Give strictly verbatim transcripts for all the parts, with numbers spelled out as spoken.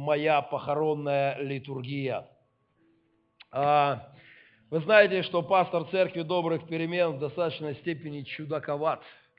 моя похоронная литургия. Вы знаете, что пастор Церкви Добрых Перемен в достаточной степени чудаковат.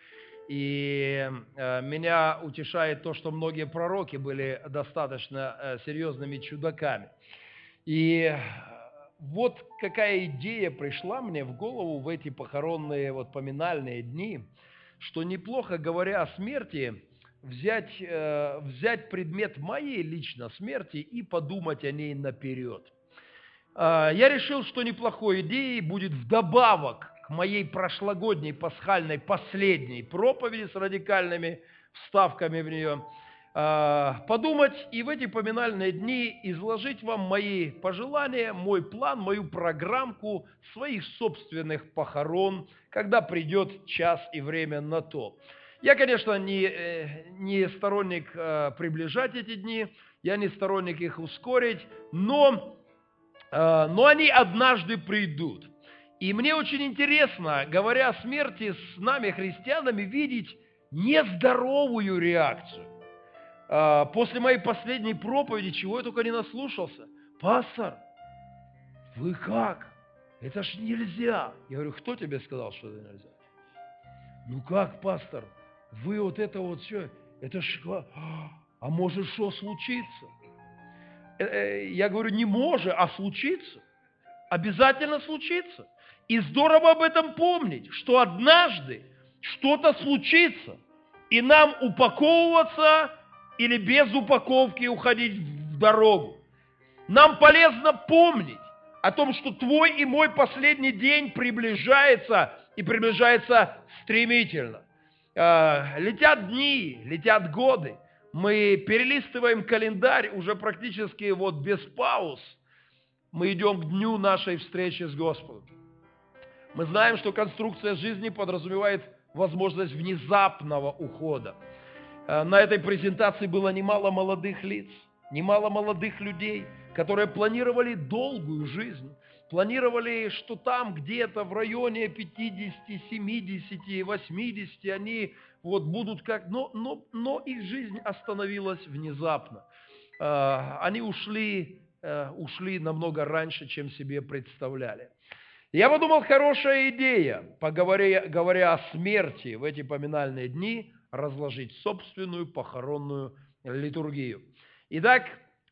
И меня утешает то, что многие пророки были достаточно серьезными чудаками. И вот какая идея пришла мне в голову в эти похоронные, вот поминальные дни, что неплохо, говоря о смерти, взять, э, взять предмет моей лично смерти и подумать о ней наперед. Э, я решил, что неплохой идеей будет вдобавок к моей прошлогодней пасхальной последней проповеди с радикальными вставками в нее, э, подумать и в эти поминальные дни изложить вам мои пожелания, мой план, мою программку своих собственных похорон, когда придет час и время на то. Я, конечно, не, не сторонник э, приближать эти дни, я не сторонник их ускорить, но, э, но они однажды придут. И мне очень интересно, говоря о смерти с нами, христианами, видеть нездоровую реакцию. Э, после моей последней проповеди, чего я только не наслушался. Пастор, вы как? Это ж нельзя. Я говорю, кто тебе сказал, что это нельзя? Ну как, пастор? Вы вот это вот все, это ж, а может что случится? Я говорю, не может, а случится. Обязательно случится. И здорово об этом помнить, что однажды что-то случится, и нам упаковываться или без упаковки уходить в дорогу. Нам полезно помнить о том, что твой и мой последний день приближается, и приближается стремительно. Летят дни, летят годы. Мы перелистываем календарь уже практически вот без пауз. Мы идем к дню нашей встречи с Господом. Мы знаем, что конструкция жизни подразумевает возможность внезапного ухода. На этой презентации было немало молодых лиц, немало молодых людей, которые планировали долгую жизнь. Планировали, что там где-то в районе пятидесяти, семидесяти, восьмидесяти они вот будут как... Но, но, но их жизнь остановилась внезапно. Они ушли, ушли намного раньше, чем себе представляли. Я подумал, хорошая идея, поговоря, говоря о смерти в эти поминальные дни, разложить собственную похоронную литургию. Итак,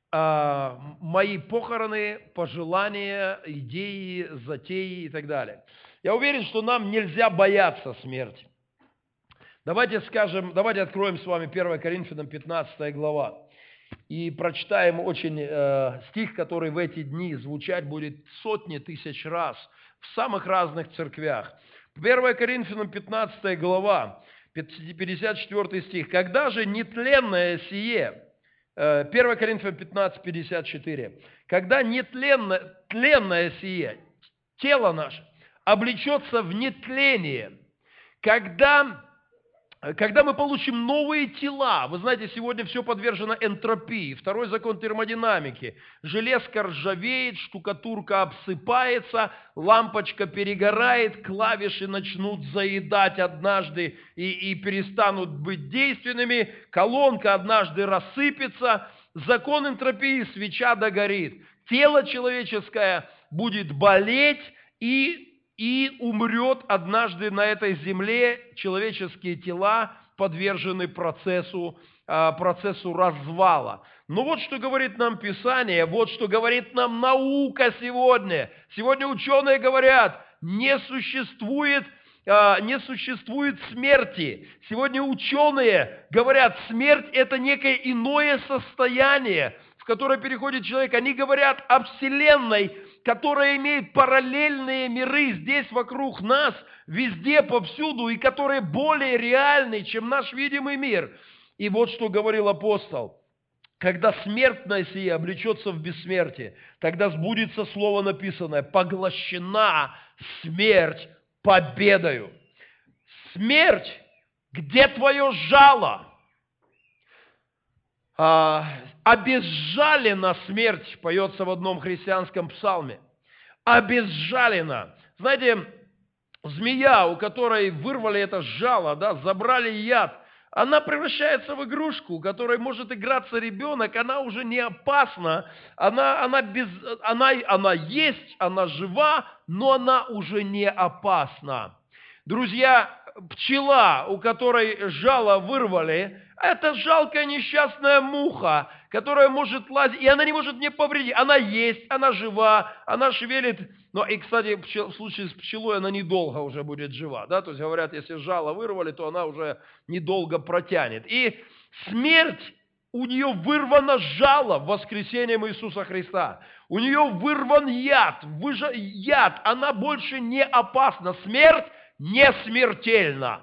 мои похороны, пожелания, идеи, затеи и так далее. Я уверен, что нам нельзя бояться смерти. Давайте скажем, давайте откроем с вами первое Коринфянам пятнадцатая глава и прочитаем очень э, стих, который в эти дни звучать будет сотни тысяч раз в самых разных церквях. первое Коринфянам пятнадцатая глава, пятьдесят четвёртый стих. «Когда же нетленное сие...» первое Коринфянам пятнадцать, пятьдесят четыре. «Когда нетленное тленное сие, тело наше, облечется в нетление, когда, когда мы получим новые тела». Вы знаете, сегодня все подвержено энтропии. Второй закон термодинамики. Железка ржавеет, штукатурка обсыпается, лампочка перегорает, клавиши начнут заедать однажды и, и перестанут быть действенными, колонка однажды рассыпется, закон энтропии, свеча догорит. Тело человеческое будет болеть и И умрет однажды на этой земле. Человеческие тела подвержены процессу, процессу развала. Но вот что говорит нам Писание, вот что говорит нам наука сегодня. Сегодня ученые говорят, не существует, не существует смерти. Сегодня ученые говорят, смерть – это некое иное состояние, в которое переходит человек. Они говорят о Вселенной, которая имеет параллельные миры здесь вокруг нас, везде, повсюду, и которые более реальны, чем наш видимый мир. И вот что говорил апостол. Когда смертное сие облечется в бессмертие, тогда сбудется слово написанное: поглощена смерть победою. Смерть, где твое жало? А, обезжалена смерть, поется в одном христианском псалме. Обезжалена. Знаете, змея, у которой вырвали это жало, да, забрали яд, она превращается в игрушку, которой может играться ребенок, она уже не опасна, она, она, без, она, она есть, она жива, но она уже не опасна. Друзья, пчела, у которой жало вырвали, это жалкая несчастная муха, которая может лазить, и она не может мне повредить. Она есть, она жива, она шевелит. Ну, и, кстати, в случае с пчелой она недолго уже будет жива. Да? То есть, говорят, если жало вырвали, то она уже недолго протянет. И смерть, у нее вырвано жало воскресением Иисуса Христа. У нее вырван яд, выжа... яд, она больше не опасна. Смерть не смертельна.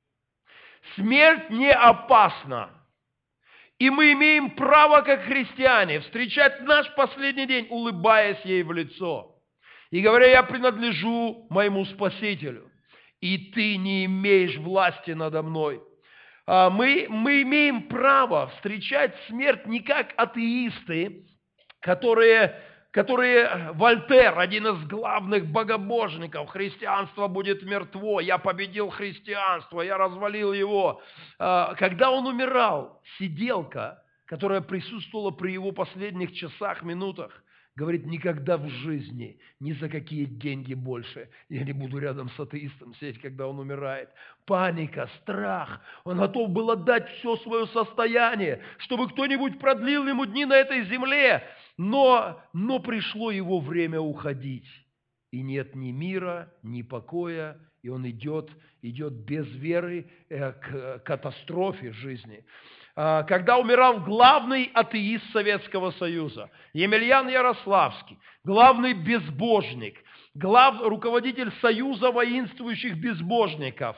Смерть не опасна. И мы имеем право, как христиане, встречать наш последний день, улыбаясь ей в лицо. И говоря, я принадлежу моему Спасителю, и ты не имеешь власти надо мной. Мы, мы имеем право встречать смерть не как атеисты, которые... которые Вольтер, один из главных богобожников, христианство будет мертво, я победил христианство, я развалил его. Когда он умирал, сиделка, которая присутствовала при его последних часах, минутах, говорит, никогда в жизни, ни за какие деньги больше я не буду рядом с атеистом сидеть, когда он умирает. Паника, страх. Он готов был отдать все свое состояние, чтобы кто-нибудь продлил ему дни на этой земле. Но, но пришло его время уходить. И нет ни мира, ни покоя, и он идет, идет без веры э, к катастрофе жизни. Когда умирал главный атеист Советского Союза, Емельян Ярославский, главный безбожник, глав, руководитель Союза воинствующих безбожников,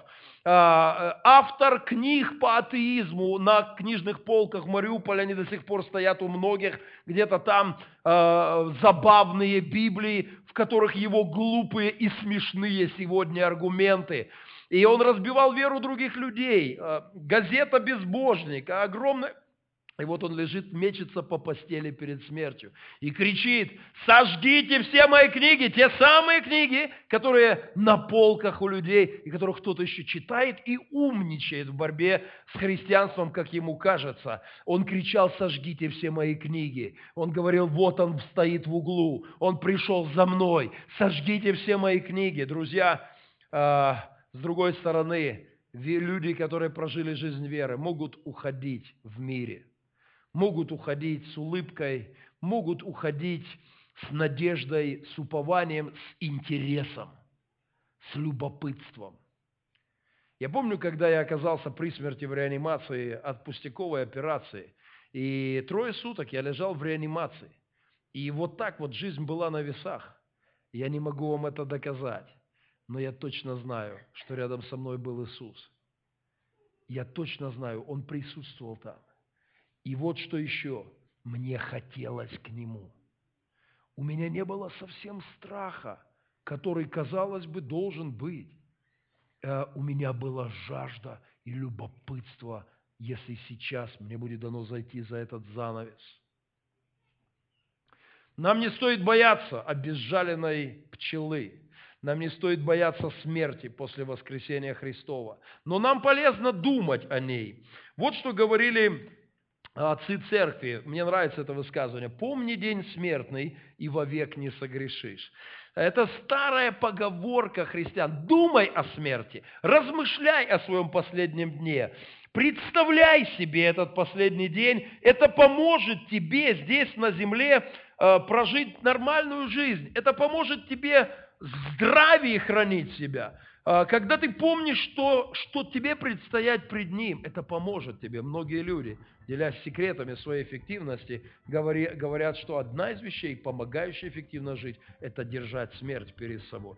автор книг по атеизму на книжных полках Мариуполя, они до сих пор стоят у многих, где-то там э, забавные Библии, в которых его глупые и смешные сегодня аргументы. И он разбивал веру других людей. Газета «Безбожник», огромная. И вот он лежит, мечется по постели перед смертью и кричит: сожгите все мои книги, те самые книги, которые на полках у людей, и которых кто-то еще читает и умничает в борьбе с христианством, как ему кажется. Он кричал: сожгите все мои книги. Он говорил: вот он стоит в углу, он пришел за мной, сожгите все мои книги. Друзья, с другой стороны, люди, которые прожили жизнь веры, могут уходить в мире, могут уходить с улыбкой, могут уходить с надеждой, с упованием, с интересом, с любопытством. Я помню, когда я оказался при смерти в реанимации от пустяковой операции, и трое суток я лежал в реанимации, и вот так вот жизнь была на весах. Я не могу вам это доказать. Но я точно знаю, что рядом со мной был Иисус. Я точно знаю, Он присутствовал там. И вот что еще. Мне хотелось к Нему. У меня не было совсем страха, который, казалось бы, должен быть. У меня была жажда и любопытство, если сейчас мне будет дано зайти за этот занавес. Нам не стоит бояться обезжаленной пчелы. Нам не стоит бояться смерти после воскресения Христова. Но нам полезно думать о ней. Вот что говорили отцы церкви. Мне нравится это высказывание. «Помни день смертный, и вовек не согрешишь». Это старая поговорка христиан. Думай о смерти, размышляй о своем последнем дне. Представляй себе этот последний день. Это поможет тебе здесь на земле прожить нормальную жизнь. Это поможет тебе в здравии хранить себя. Когда ты помнишь, что, что тебе предстоять пред Ним, это поможет тебе. Многие люди, делясь секретами своей эффективности, говори, говорят, что одна из вещей, помогающая эффективно жить, это держать смерть перед собой.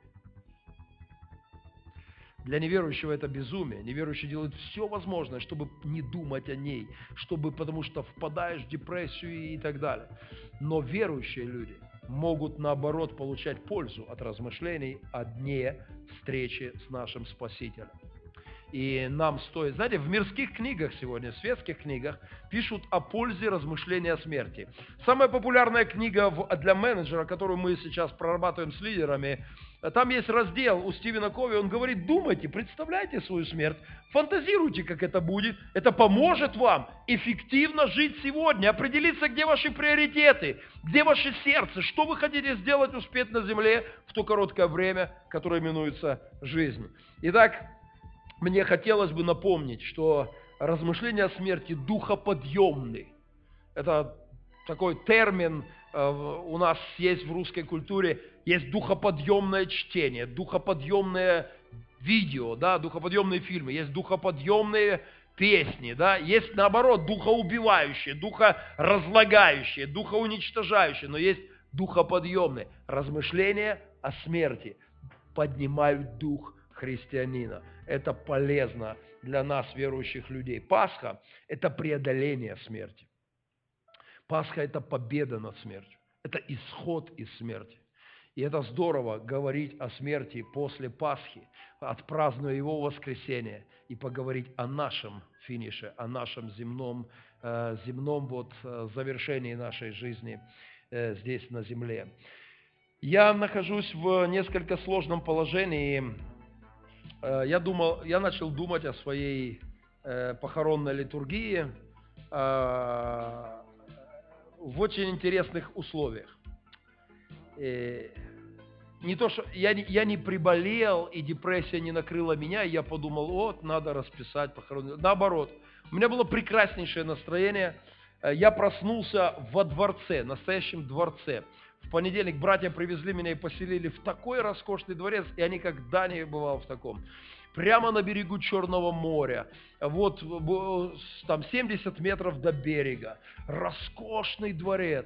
Для неверующего это безумие. Неверующий делает все возможное, чтобы не думать о ней, чтобы, потому что впадаешь в депрессию и так далее. Но верующие люди могут, наоборот, получать пользу от размышлений о дне встречи с нашим Спасителем. И нам стоит... Знаете, в мирских книгах сегодня, в светских книгах, пишут о пользе размышления о смерти. Самая популярная книга для менеджера, которую мы сейчас прорабатываем с лидерами, там есть раздел у Стивена Кови, он говорит: думайте, представляйте свою смерть, фантазируйте, как это будет. Это поможет вам эффективно жить сегодня, определиться, где ваши приоритеты, где ваше сердце, что вы хотите сделать, успеть на земле в то короткое время, которое именуется жизнь. Итак, мне хотелось бы напомнить, что размышления о смерти духоподъемны. Это такой термин у нас есть в русской культуре. Есть духоподъемное чтение, духоподъемное видео, да, духоподъемные фильмы, есть духоподъемные песни, да, есть, наоборот, духоубивающие, духоразлагающие, духоуничтожающие, но есть духоподъемные. Размышления о смерти поднимают дух христианина. Это полезно для нас, верующих людей. Пасха – это преодоление смерти. Пасха – это победа над смертью. Это исход из смерти. И это здорово говорить о смерти после Пасхи, отпразднуя Его воскресение, и поговорить о нашем финише, о нашем земном, э, земном вот, э, завершении нашей жизни э, здесь на земле. Я нахожусь в несколько сложном положении. Э, я, думал, я начал думать о своей э, похоронной литургии э, в очень интересных условиях. И не то, что я, я не приболел, и депрессия не накрыла меня, и я подумал: вот, надо расписать похоронную. Наоборот, у меня было прекраснейшее настроение. Я проснулся во дворце, настоящем дворце. В понедельник братья привезли меня и поселили в такой роскошный дворец, и я никогда не бывал в таком. Прямо на берегу Черного моря, вот там семьдесят метров до берега, роскошный дворец,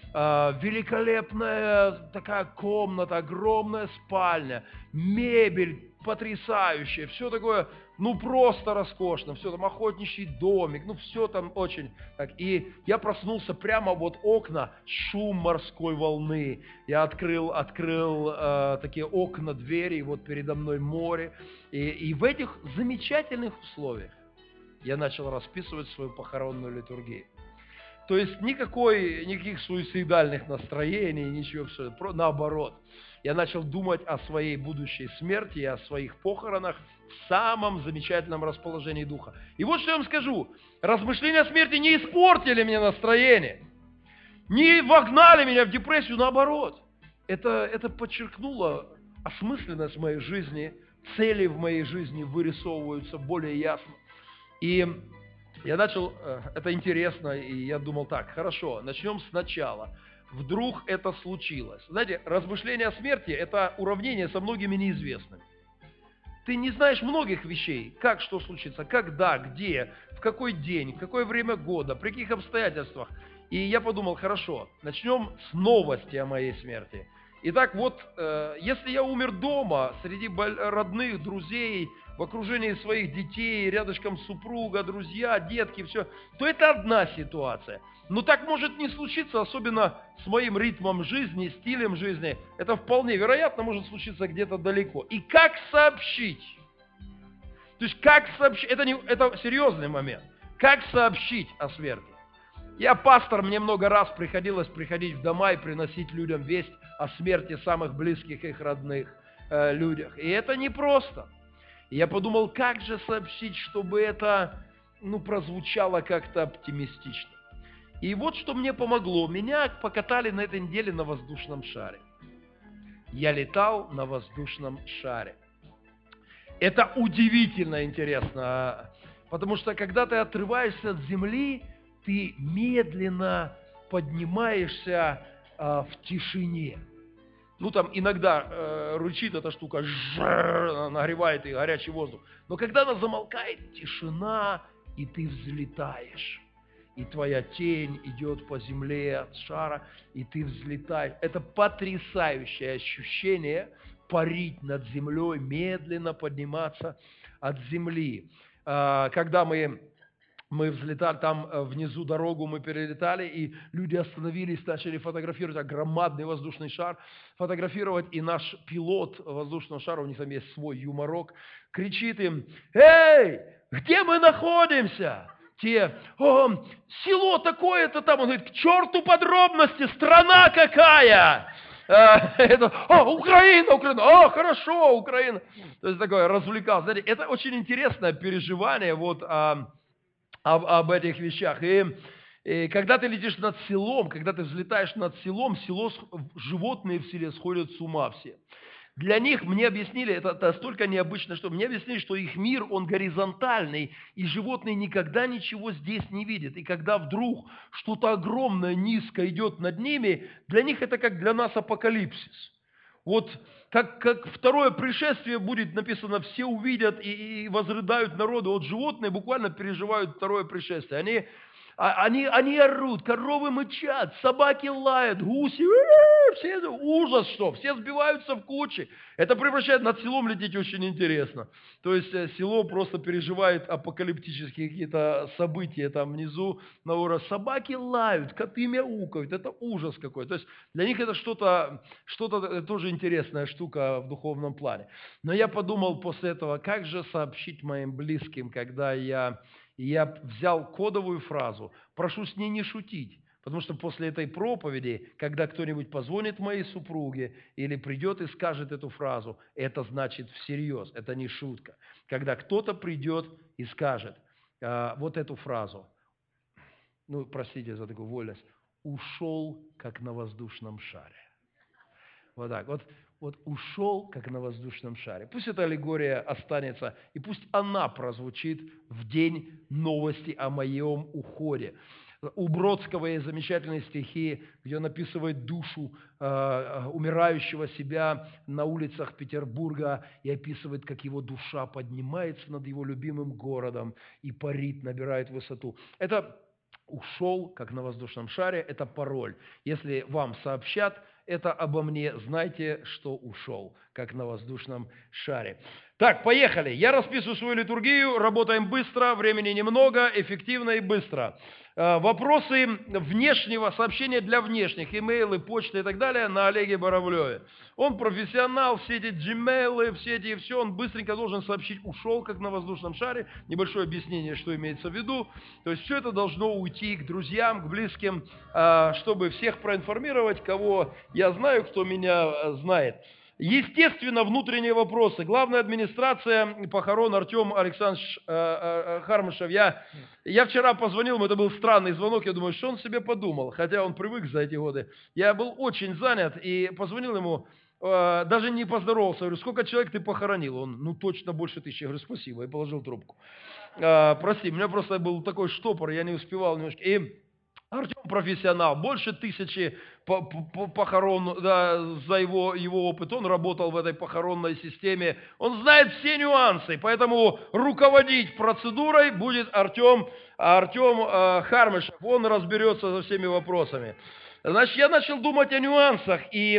великолепная такая комната, огромная спальня, мебель потрясающая, все такое, ну просто роскошно, все там охотничий домик, ну все там очень так. И я проснулся прямо вот окна, шум морской волны, я открыл, открыл э, такие окна, двери, и вот передо мной море, и, и в этих замечательных условиях я начал расписывать свою похоронную литургию. То есть никакой, никаких суицидальных настроений, ничего, все, наоборот. Я начал думать о своей будущей смерти и о своих похоронах в самом замечательном расположении духа. И вот что я вам скажу. Размышления о смерти не испортили мне настроение, не вогнали меня в депрессию, наоборот. Это, это подчеркнуло осмысленность моей жизни, цели в моей жизни вырисовываются более ясно. И я начал, это интересно, и я думал: так, хорошо, начнем сначала. Вдруг это случилось. Знаете, размышление о смерти – это уравнение со многими неизвестными. Ты не знаешь многих вещей, как что случится, когда, где, в какой день, в какое время года, при каких обстоятельствах. И я подумал: хорошо, начнем с новости о моей смерти. Итак, вот, э, если я умер дома, среди родных, друзей, в окружении своих детей, рядышком супруга, друзья, детки, все, то это одна ситуация. Но так может не случиться, особенно с моим ритмом жизни, стилем жизни. Это вполне вероятно может случиться где-то далеко. И как сообщить? То есть как сообщить? Это, не, это серьезный момент. Как сообщить о смерти? Я пастор, мне много раз приходилось приходить в дома и приносить людям весть о смерти самых близких их родных э, людях. И это непросто. И я подумал, как же сообщить, чтобы это ну, прозвучало как-то оптимистично. И вот что мне помогло. Меня покатали на этой неделе на воздушном шаре. Я летал на воздушном шаре. Это удивительно интересно, потому что когда ты отрываешься от земли, ты медленно поднимаешься а, в тишине. Ну, там иногда э, рычит эта штука, жжж, нагревает и горячий воздух. Но когда она замолкает, тишина, и ты взлетаешь. И твоя тень идет по земле от шара, и ты взлетаешь. Это потрясающее ощущение парить над землей, медленно подниматься от земли. Когда мы Мы взлетали, там внизу дорогу мы перелетали, и люди остановились, начали фотографировать, а громадный воздушный шар фотографировать, и наш пилот воздушного шара, у них там есть свой юморок, кричит им: «Эй, где мы находимся?» Те: «О, село такое-то там». Он говорит: «К черту подробности, страна какая!» А, это, «А, Украина, Украина, а, хорошо, Украина». То есть такое развлекался. Знаете, это очень интересное переживание вот а, об, об этих вещах. И, и когда ты летишь над селом, когда ты взлетаешь над селом, село, животные в селе сходят с ума все. Для них, мне объяснили, это настолько необычно, что мне объяснили, что их мир, он горизонтальный, и животные никогда ничего здесь не видят. И когда вдруг что-то огромное, низко идет над ними, для них это как для нас апокалипсис. Вот как, как второе пришествие будет написано, все увидят и, и возрыдают народы. Вот животные буквально переживают второе пришествие. Они, они, они орут, коровы мычат, собаки лают, гуси, все, ужас что, все сбиваются в кучи. Это превращает, над селом лететь очень интересно. То есть село просто переживает апокалиптические какие-то события там внизу, на уровне. Собаки лают, коты мяукают, это ужас какой. То есть для них это что-то, что-то тоже интересная штука в духовном плане. Но я подумал после этого, как же сообщить моим близким, когда я, я взял кодовую фразу, прошу с ней не шутить. Потому что после этой проповеди, когда кто-нибудь позвонит моей супруге или придет и скажет эту фразу, это значит всерьез, это не шутка. Когда кто-то придет и скажет э, вот эту фразу, ну, простите за такую вольность, ушел, как на воздушном шаре. Вот так, вот, вот ушел, как на воздушном шаре. Пусть эта аллегория останется, и пусть она прозвучит в день новости о моем уходе. У Бродского есть замечательные стихи, где он описывает душу э, умирающего себя на улицах Петербурга и описывает, как его душа поднимается над его любимым городом и парит, набирает высоту. Это ушел, как на воздушном шаре, это пароль. Если вам сообщат это обо мне, знайте, что ушел, как на воздушном шаре. Так, поехали. Я расписываю свою литургию, работаем быстро, времени немного, эффективно и быстро. Вопросы внешнего сообщения для внешних, имейлы, почта и так далее на Олеге Боровлеве. Он профессионал, все эти джимейлы, все эти, все, он быстренько должен сообщить, ушел, как на воздушном шаре. Небольшое объяснение, что имеется в виду. То есть все это должно уйти к друзьям, к близким, чтобы всех проинформировать, кого я знаю, кто меня знает. Естественно, внутренние вопросы. Главная администрация похорон Артем Александрович э, э, Хармышев. Я, я вчера позвонил ему, это был странный звонок, я думаю, что он себе подумал, хотя он привык за эти годы. Я был очень занят и позвонил ему, э, даже не поздоровался, говорю, сколько человек ты похоронил? Он, ну точно больше тысячи. Я говорю, спасибо, и положил трубку. Э, прости, у меня просто был такой штопор, я не успевал немножко. И Артем профессионал, больше тысячи похорон, да, за его, его опыт. Он работал в этой похоронной системе. Он знает все нюансы, поэтому руководить процедурой будет Артем, Артем э, Хармышев. Он разберется со всеми вопросами. Значит, я начал думать о нюансах и,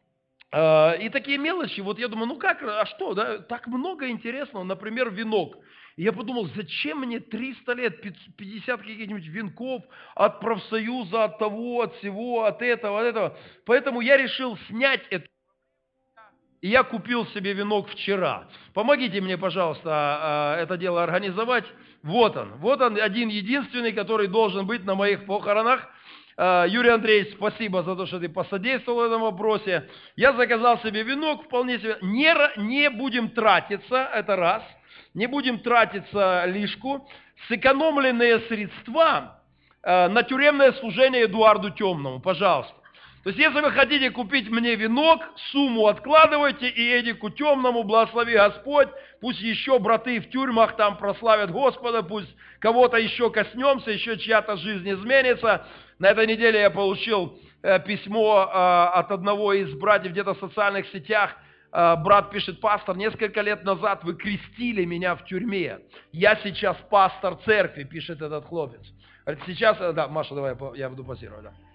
э, и такие мелочи. Вот я думаю, ну как, а что, да, так много интересного. Например, венок. И я подумал, зачем мне триста лет, пятьдесят каких-нибудь венков от профсоюза, от того, от всего, от этого, от этого. Поэтому я решил снять это. И я купил себе венок вчера. Помогите мне, пожалуйста, это дело организовать. Вот он. Вот он, один единственный, который должен быть на моих похоронах. Юрий Андреевич, спасибо за то, что ты посодействовал в этом вопросе. Я заказал себе венок, вполне себе. Не, не будем тратиться, это раз. Не будем тратиться лишку. Сэкономленные средства э, на тюремное служение Эдуарду Темному, пожалуйста. То есть, если вы хотите купить мне венок, сумму откладывайте, и Эдику Темному благослови Господь. Пусть еще браты в тюрьмах там прославят Господа, пусть кого-то еще коснемся, еще чья-то жизнь изменится. На этой неделе я получил э, письмо э, от одного из братьев где-то в социальных сетях. Брат пишет, пастор, несколько лет назад вы крестили меня в тюрьме. Я сейчас пастор церкви, пишет этот хлопец. Сейчас, да, Маша, давай, я буду позировать. Да,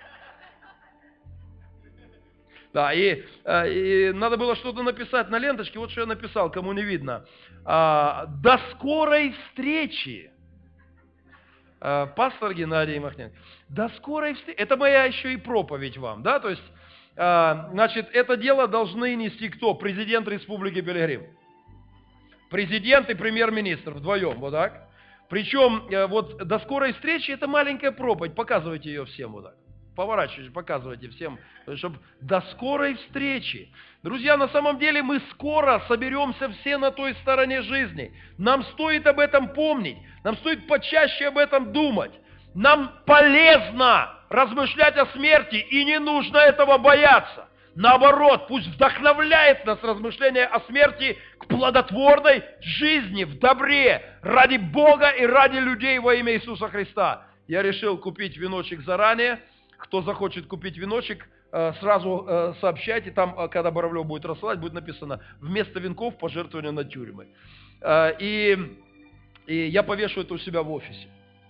да и, и надо было что-то написать на ленточке, вот что я написал, кому не видно. До скорой встречи. А, пастор Геннадий Махненко. До скорой встречи. Это моя еще и проповедь вам, да, то есть, а, значит, это дело должны нести кто? Президент Республики Пилигрим. Президент и премьер-министр вдвоем, вот так. Причем, вот до скорой встречи это маленькая проповедь, показывайте ее всем вот так. Поворачивайте, показывайте всем, чтобы до скорой встречи. Друзья, на самом деле мы скоро соберемся все на той стороне жизни. Нам стоит об этом помнить, нам стоит почаще об этом думать. Нам полезно размышлять о смерти, и не нужно этого бояться. Наоборот, пусть вдохновляет нас размышление о смерти к плодотворной жизни в добре, ради Бога и ради людей во имя Иисуса Христа. Я решил купить веночек заранее. Кто захочет купить веночек, сразу сообщайте. Там, когда Боровлев будет рассылать, будет написано: вместо венков пожертвования на тюрьмы. И, и я повешу это у себя в офисе.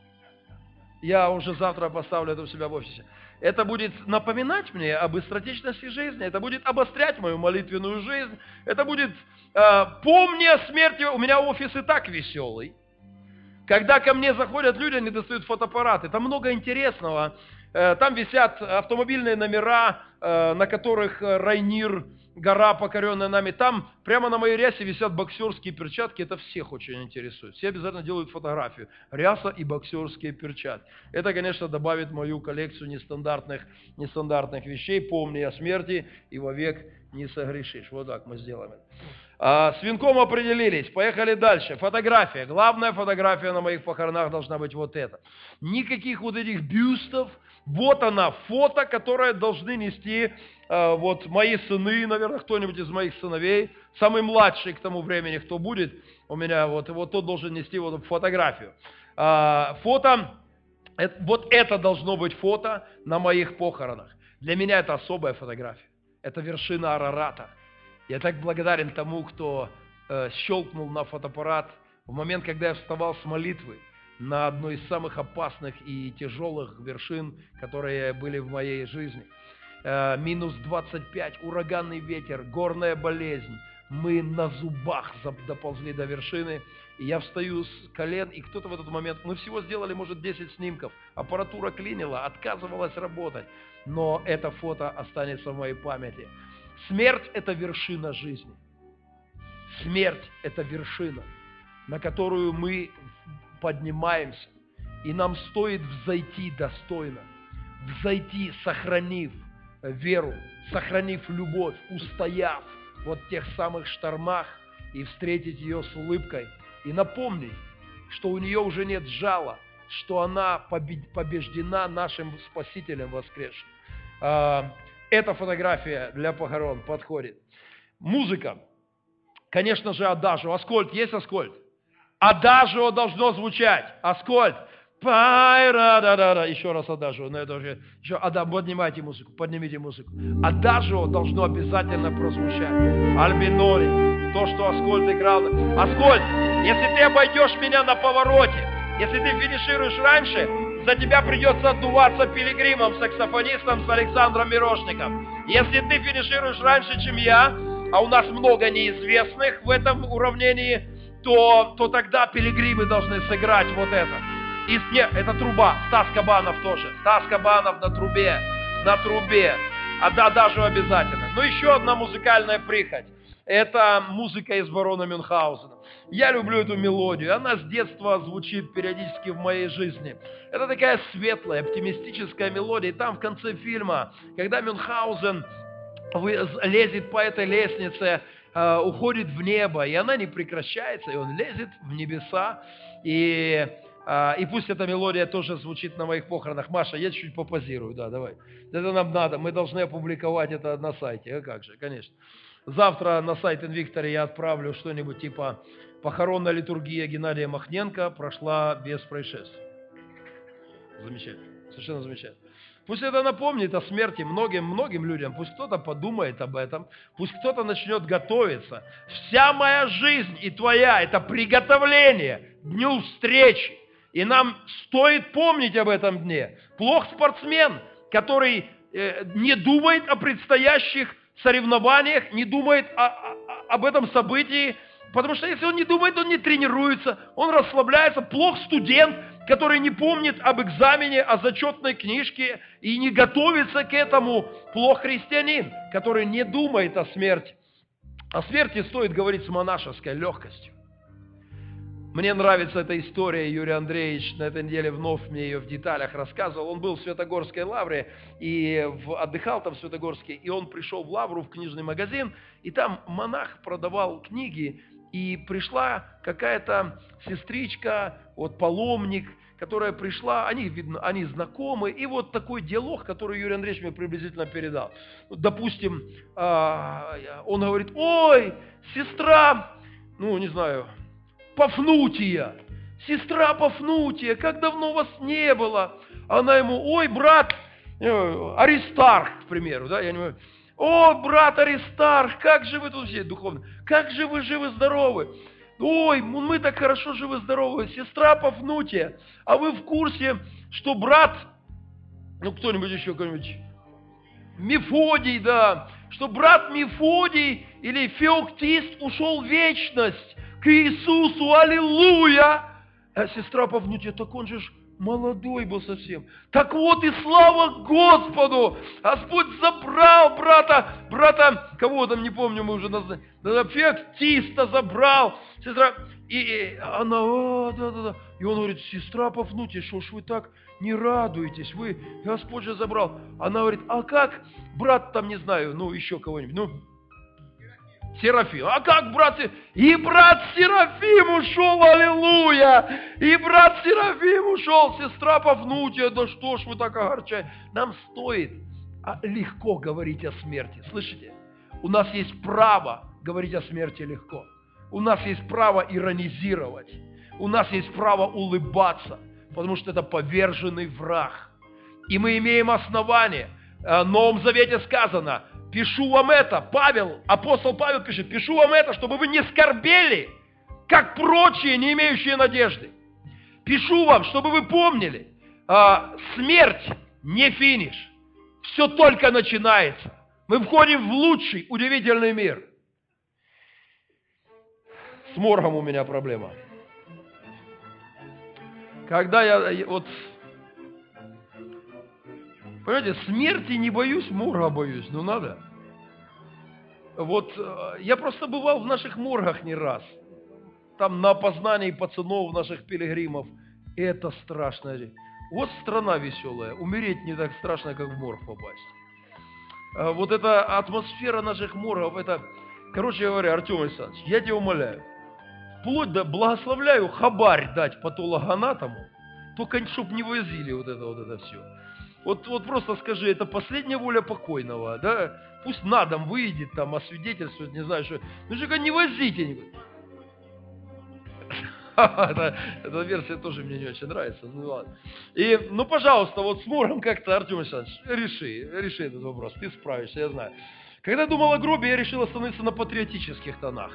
Я уже завтра поставлю это у себя в офисе. Это будет напоминать мне об быстротечности жизни, это будет обострять мою молитвенную жизнь, это будет, помни о смерти, у меня офис и так веселый. Когда ко мне заходят люди, они достают фотоаппараты, там много интересного. Там висят автомобильные номера, на которых Райнир, гора, покоренная нами. Там прямо на моей рясе висят боксерские перчатки. Это всех очень интересует. Все обязательно делают фотографию. Ряса и боксерские перчатки. Это, конечно, добавит в мою коллекцию нестандартных, нестандартных вещей. Помни о смерти и вовек не согрешишь. Вот так мы сделаем это. А, с венком определились. Поехали дальше. Фотография. Главная фотография на моих похоронах должна быть вот эта. Никаких вот этих бюстов. Вот она, фото, которое должны нести э, вот мои сыны, наверное, кто-нибудь из моих сыновей, самый младший к тому времени, кто будет у меня, вот, вот тот должен нести вот фотографию. А, фото, это, вот это должно быть фото на моих похоронах. Для меня это особая фотография. Это вершина Арарата. Я так благодарен тому, кто э, щелкнул на фотоаппарат в момент, когда я вставал с молитвы на одной из самых опасных и тяжелых вершин, которые были в моей жизни. Э, минус двадцать пять, ураганный ветер, горная болезнь. Мы на зубах доползли до вершины, и я встаю с колен, и кто-то в этот момент... Мы всего сделали, может, десять снимков. Аппаратура клинила, отказывалась работать. Но это фото останется в моей памяти. Смерть – это вершина жизни. Смерть – это вершина, на которую мы поднимаемся, и нам стоит взойти достойно, взойти, сохранив веру, сохранив любовь, устояв вот в тех самых штормах, и встретить ее с улыбкой, и напомнить, что у нее уже нет жала, что она побеждена нашим Спасителем воскресшим. Эта фотография для похорон подходит. Музыка. Конечно же, адажио. Аскольд, есть аскольд? Адажио должно звучать. Аскольд. Еще раз адажио. Но это уже... Еще, ада, поднимайте музыку, поднимите музыку. Адажио должно обязательно прозвучать. Альбинори. То, что Аскольд играл. Аскольд, если ты обойдешь меня на повороте, если ты финишируешь раньше, за тебя придется отдуваться пилигримом, саксофонистом с Александром Мирошником. Если ты финишируешь раньше, чем я, а у нас много неизвестных в этом уравнении, то, то тогда пилигримы должны сыграть вот это. И, нет, это труба. Стас Кабанов тоже. Стас Кабанов на трубе. На трубе. А да, даже обязательно. Но еще одна музыкальная прихоть. Это музыка из барона Мюнхгаузена. Я люблю эту мелодию. Она с детства звучит периодически в моей жизни. Это такая светлая, оптимистическая мелодия. И там в конце фильма, когда Мюнхгаузен лезет по этой лестнице, уходит в небо, и она не прекращается, и он лезет в небеса. И, и пусть эта мелодия тоже звучит на моих похоронах. Маша, я чуть-чуть попозирую, да, давай. Это нам надо, мы должны опубликовать это на сайте. А как же, конечно. Завтра на сайт Инвиктора я отправлю что-нибудь типа «Похоронная литургия Геннадия Махненко прошла без происшествий». Замечательно, совершенно замечательно. Пусть это напомнит о смерти многим-многим людям. Пусть кто-то подумает об этом. Пусть кто-то начнет готовиться. Вся моя жизнь и твоя – это приготовление к дню встречи. И нам стоит помнить об этом дне. Плох спортсмен, который э, не думает о предстоящих соревнованиях, не думает о, о, об этом событии. Потому что если он не думает, он не тренируется, он расслабляется. Плох студент, который не помнит об экзамене, о зачетной книжке и не готовится к этому, плох христианин, который не думает о смерти. О смерти стоит говорить с монашеской легкостью. Мне нравится эта история, Юрий Андреевич на этой неделе вновь мне ее в деталях рассказывал. Он был в Святогорской лавре и в, отдыхал там в Святогорске, и он пришел в лавру, в книжный магазин, и там монах продавал книги, и пришла какая-то сестричка, вот паломник, которая пришла, они, видно, они знакомы, и вот такой диалог, который Юрий Андреевич мне приблизительно передал. Допустим, он говорит: ой, сестра, ну, не знаю, Пафнутия, сестра Пафнутия, как давно вас не было. Она ему: ой, брат Аристарх, к примеру, да, я не знаю. О, брат Аристарх, как же вы тут все духовно, как же вы живы-здоровы. Ой, мы так хорошо живы-здоровы. Сестра Пафнутия, а вы в курсе, что брат, ну кто-нибудь еще, кто-нибудь, Мефодий, да, что брат Мефодий или Феоктист ушел в вечность к Иисусу, аллилуйя. А сестра Пафнутия: так он же ж молодой был совсем. Так вот и слава Господу! Господь забрал брата, брата, кого там, не помню, мы уже назвали, Феоктиста забрал. Сестра, и, и она: а, да, да, да. И он говорит: сестра Пафнутия, что ж вы так не радуетесь? Вы, Господь же забрал. Она говорит: а как брат там, не знаю, ну еще кого-нибудь, ну, Серафим. А как брат? И брат Серафим ушел, аллилуйя! И брат Серафим ушел, сестра Пафнутия, да что ж вы так огорчаете? Нам стоит легко говорить о смерти. Слышите? У нас есть право говорить о смерти легко. У нас есть право иронизировать. У нас есть право улыбаться, потому что это поверженный враг. И мы имеем основание. В Новом Завете сказано: пишу вам это, Павел, апостол Павел пишет: пишу вам это, чтобы вы не скорбели, как прочие, не имеющие надежды. Пишу вам, чтобы вы помнили, смерть не финиш, все только начинается. Мы входим в лучший, удивительный мир. С моргом у меня проблема. Когда я, вот, понимаете, смерти не боюсь, морга боюсь, ну надо. Вот я просто бывал в наших моргах не раз. Там на опознании пацанов наших пилигримов. Это страшно. Вот страна веселая. Умереть не так страшно, как в морг попасть. Вот эта атмосфера наших моргов, это, короче говоря, Артем Александрович, я тебя умоляю, вплоть до благословляю хабарь дать патологоанатому, только чтоб не возили вот это вот это все. Вот, вот просто скажи: это последняя воля покойного, да? Пусть на дом выйдет, там, освидетельствует, не знаю, что. Ну, что не возите. Эта версия тоже мне не очень нравится. Ну, ладно. И, ну, пожалуйста, вот с мором как-то, Артем Александрович, реши, реши этот вопрос. Ты справишься, я знаю. Когда я думал о гробе, я решил остановиться на патриотических тонах.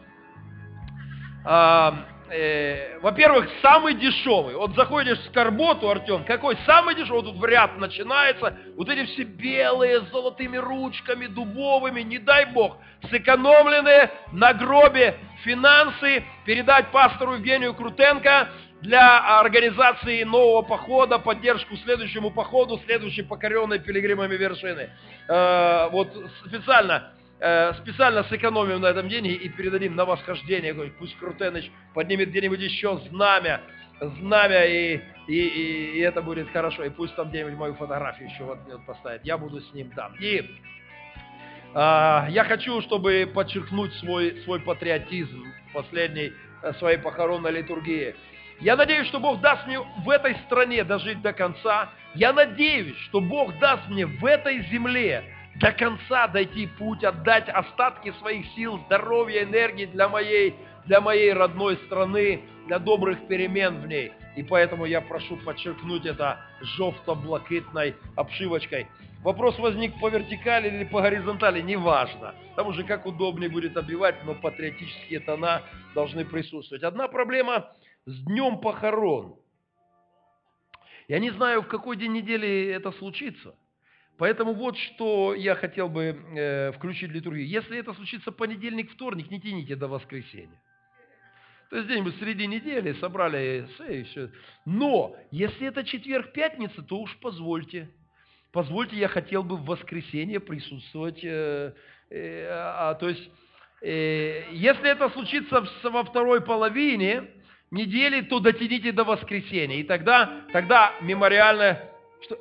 А, э, во-первых, самый дешевый. Вот заходишь в Скорботу, Артем, какой самый дешевый? Тут в ряд начинается. Вот эти все белые, с золотыми ручками, дубовыми, не дай бог, сэкономленные на гробе финансы передать пастору Евгению Крутенко для организации нового похода, поддержку следующему походу, следующей покоренной пилигримами вершины. Э, вот специально... специально сэкономим на этом деньги и передадим на восхождение. Пусть Крутеныч поднимет где-нибудь еще знамя, знамя, и, и, и, и это будет хорошо. И пусть там где-нибудь мою фотографию еще вот, вот поставит. Я буду с ним там. И а, я хочу, чтобы подчеркнуть свой, свой патриотизм в последней своей похоронной литургии. Я надеюсь, что Бог даст мне в этой стране дожить до конца. Я надеюсь, что Бог даст мне в этой земле до конца дойти путь, отдать остатки своих сил, здоровья, энергии для моей, для моей родной страны, для добрых перемен в ней. И поэтому я прошу подчеркнуть это жовто-блакитной обшивочкой. Вопрос возник по вертикали или по горизонтали, неважно. Там уже как удобнее будет обивать, но патриотические тона должны присутствовать. Одна проблема с днем похорон. Я не знаю, в какой день недели это случится. Поэтому вот что я хотел бы э, включить в литургию. Если это случится понедельник, вторник, не тяните до воскресенья. То есть где-нибудь среди недели собрали, и все. Но если это четверг-пятница, то уж позвольте. Позвольте, я хотел бы в воскресенье присутствовать. Э, э, а, то есть, э, если это случится в, во второй половине недели, то дотяните до воскресенья. И тогда, тогда мемориальное... Что?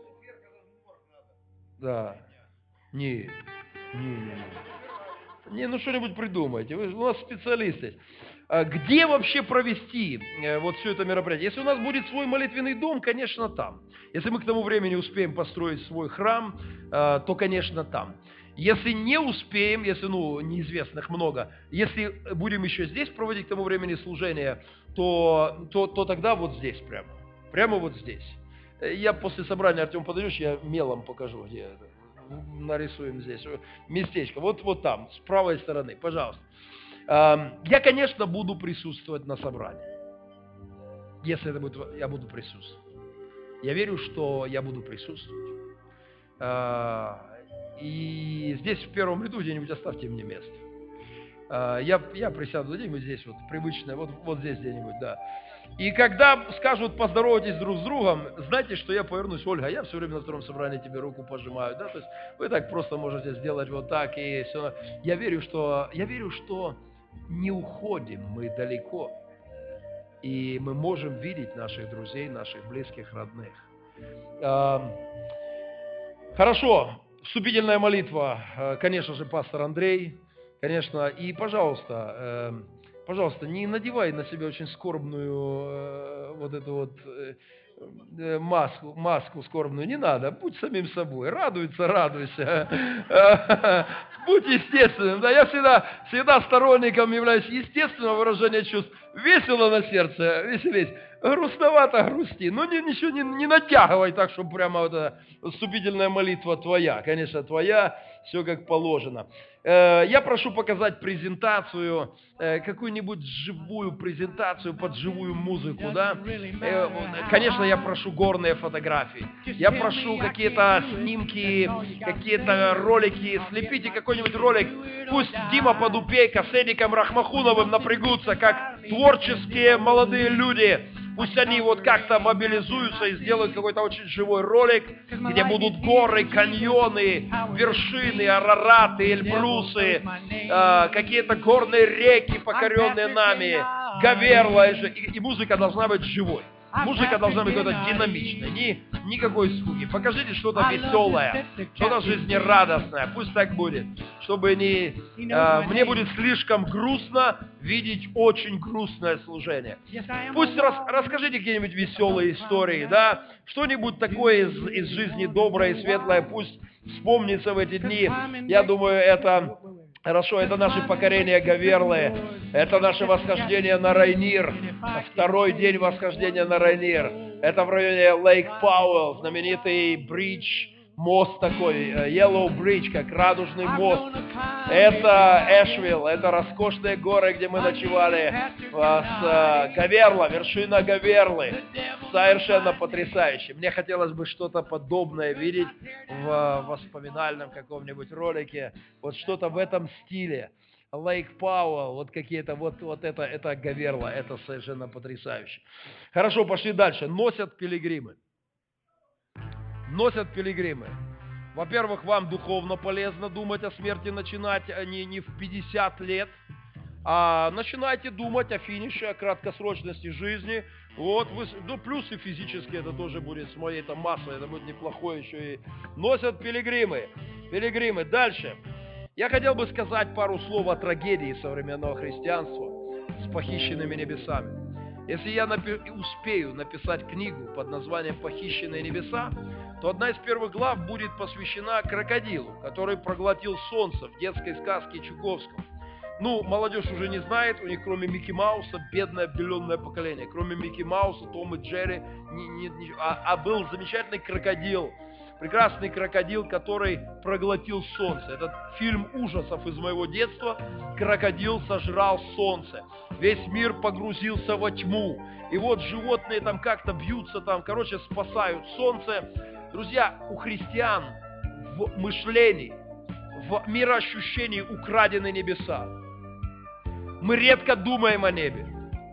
Да. Не, не, не, не. Не, ну что-нибудь придумайте. Вы, у нас специалисты. Где вообще провести вот все это мероприятие? Если у нас будет свой молитвенный дом, конечно, там. Если мы к тому времени успеем построить свой храм, то, конечно, там. Если не успеем, если, ну, неизвестных много, если будем еще здесь проводить к тому времени служение, то, то, то тогда вот здесь прямо. Прямо вот здесь. Я после собрания, Артем, подойдешь, я мелом покажу, где это. Нарисуем здесь местечко. Вот, вот там, с правой стороны, пожалуйста. Я, конечно, буду присутствовать на собрании. Если это будет, я буду присутствовать. Я верю, что я буду присутствовать. И здесь в первом ряду где-нибудь оставьте мне место. Я, я присяду где-нибудь здесь, вот привычное, вот, вот здесь где-нибудь, да. И когда скажут поздоровайтесь друг с другом, знайте, что я повернусь: Ольга, я все время на втором собрании тебе руку пожимаю, да, то есть вы так просто можете сделать вот так и все. Я верю, что, я верю, что не уходим мы далеко, и мы можем видеть наших друзей, наших близких, родных. Хорошо, вступительная молитва, конечно же, пастор Андрей, конечно, и, пожалуйста, пожалуйста, не надевай на себя очень скорбную вот эту вот маску, маску скорбную, не надо, будь самим собой, радуйся, радуйся, будь естественным. Да, я всегда, всегда сторонником являюсь естественного выражения чувств. Весело на сердце, веселись, грустновато грусти, но не, ничего не, не натягивай так, чтобы прямо вот эта вступительная молитва твоя, конечно, твоя, все как положено. Я прошу показать презентацию, какую-нибудь живую презентацию под живую музыку, да. Конечно, я прошу горные фотографии, я прошу какие-то снимки, какие-то ролики, слепите какой-нибудь ролик, пусть Дима Подупейко с Эдиком Рахмахуновым напрягутся, как творческие молодые люди. Пусть они вот как-то мобилизуются и сделают какой-то очень живой ролик, где будут горы, каньоны, вершины, Арараты, Эльбрусы, э, какие-то горные реки, покоренные нами, Гаверла. И, и музыка должна быть живой. Музыка должна быть какой-то динамичной, ни, никакой скуки. Покажите что-то веселое, что-то жизнерадостное. Пусть так будет, чтобы не, э, мне будет слишком грустно видеть очень грустное служение. Пусть рас, расскажите какие-нибудь веселые истории, да, что-нибудь такое из, из жизни доброе и светлое, пусть вспомнится в эти дни. Я думаю, это... Хорошо, это наше покорение Гаверлы, это наше восхождение на Райнир, второй день восхождения на Райнир. Это в районе Лейк Пауэлл, знаменитый бридж, мост такой, Yellow Bridge, как радужный мост. Это Эшвилл, это роскошные горы, где мы ночевали, с Гаверла, вершина Гаверлы. Совершенно потрясающе. Мне хотелось бы что-то подобное видеть в воспоминальном каком-нибудь ролике, вот что-то в этом стиле. Лейк Пауэлл, вот какие-то, вот, вот это, это Гаверла, это совершенно потрясающе. Хорошо, пошли дальше. Носят пилигримы. Носят пилигримы. Во-первых, вам духовно полезно думать о смерти, начинать не, не в пятьдесят лет, а начинайте думать о финише, о краткосрочности жизни. Вот, вы, ну, плюс и физически это тоже будет с моей там массой, это будет неплохое еще и. Носят пилигримы. Пилигримы. Дальше. Я хотел бы сказать пару слов о трагедии современного христианства с похищенными небесами. Если я напи- успею написать книгу под названием «Похищенные небеса», то одна из первых глав будет посвящена крокодилу, который проглотил солнце в детской сказке Чуковского. Ну, молодежь уже не знает, у них кроме Микки Мауса бедное обделенное поколение. Кроме Микки Мауса, Том и Джерри, не, не, не, а, а был замечательный крокодил, прекрасный крокодил, который проглотил солнце. Этот фильм ужасов из моего детства. Крокодил сожрал солнце. Весь мир погрузился во тьму. И вот животные там как-то бьются, там, короче, спасают солнце. Друзья, у христиан в мышлении, в мироощущении украдены небеса. Мы редко думаем о небе.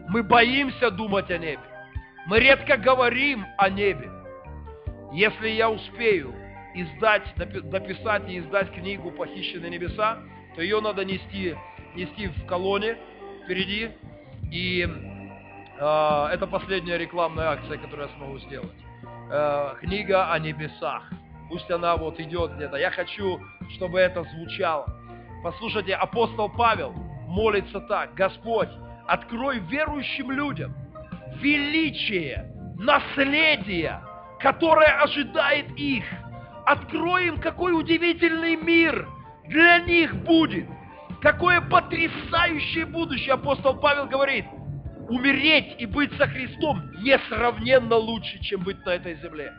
Мы боимся думать о небе. Мы редко говорим о небе. Если я успею издать, дописать и издать книгу «Похищенные небеса», то ее надо нести, нести в колонне впереди. И э, это последняя рекламная акция, которую я смогу сделать. Э, книга о небесах. Пусть она вот идет где-то. Я хочу, чтобы это звучало. Послушайте, апостол Павел молится так: Господь, открой верующим людям величие, наследие, которое ожидает их. Открой им, какой удивительный мир для них будет. Какое потрясающее будущее. Апостол Павел говорит: умереть и быть со Христом несравненно лучше, чем быть на этой земле.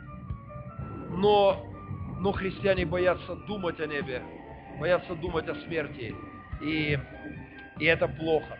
Но, но христиане боятся думать о небе, боятся думать о смерти. И, и это плохо.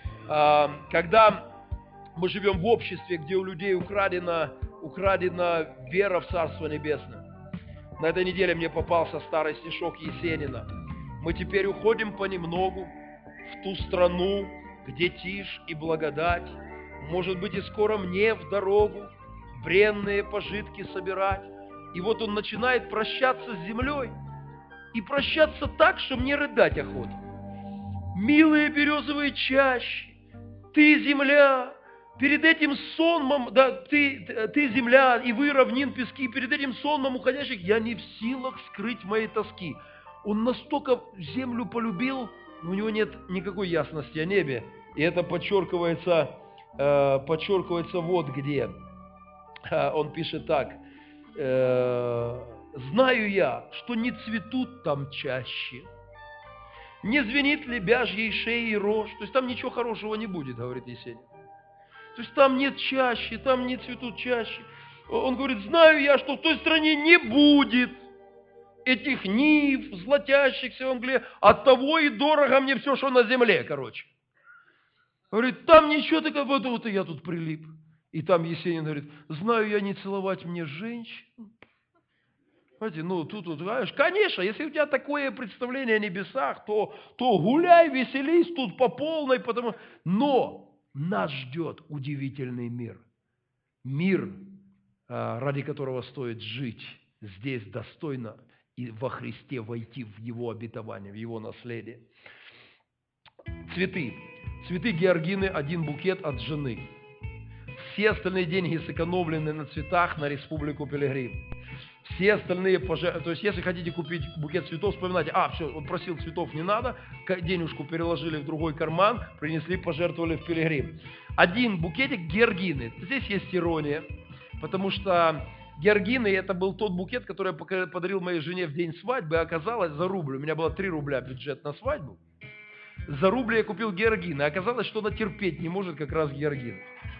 Когда мы живем в обществе, где у людей украдена, украдена вера в Царство Небесное. На этой неделе мне попался старый стишок Есенина. Мы теперь уходим понемногу в ту страну, где тишь и благодать. Может быть, и скоро мне в дорогу бренные пожитки собирать. И вот он начинает прощаться с землей. И прощаться так, что мне рыдать охота. Милые березовые чащи, ты, земля, перед этим сонмом, да, ты, ты, земля, и вы, равнин, пески, перед этим сонмом уходящих, я не в силах скрыть моей тоски. Он настолько землю полюбил, но у него нет никакой ясности о небе. И это подчеркивается, э, подчеркивается вот где. Он пишет так: э, «Знаю я, что не цветут там чаще, не звенит лебяжьей шеей рожь». То есть там ничего хорошего не будет, говорит Есенин. То есть там нет чащи, там не цветут чащи. Он говорит: знаю я, что в той стране не будет этих нив, златящихся в мгле. Оттого и дорого мне все, что на земле, короче. Говорит, там ничего такого, вот, вот и я тут прилип. И там Есенин говорит: знаю я, не целовать мне женщин. Знаете, ну тут, тут, знаешь, конечно, если у тебя такое представление о небесах, то, то гуляй, веселись тут по полной, потому... Но нас ждет удивительный мир. Мир, ради которого стоит жить здесь достойно и во Христе войти в Его обетование, в Его наследие. Цветы. Цветы георгины, один букет от жены. Все остальные деньги сэкономлены на цветах на Республику Пилигрим. Все остальные пожертвования, то есть если хотите купить букет цветов, вспоминайте: а, все, он просил цветов, не надо, денежку переложили в другой карман, принесли, пожертвовали в Пилигрим. Один букетик георгины. Здесь есть ирония, потому что георгины — это был тот букет, который я подарил моей жене в день свадьбы, а оказалось за рубль. У меня было три рубля бюджет на свадьбу. За рубль я купил георгины, а оказалось, что она терпеть не может как раз георгин.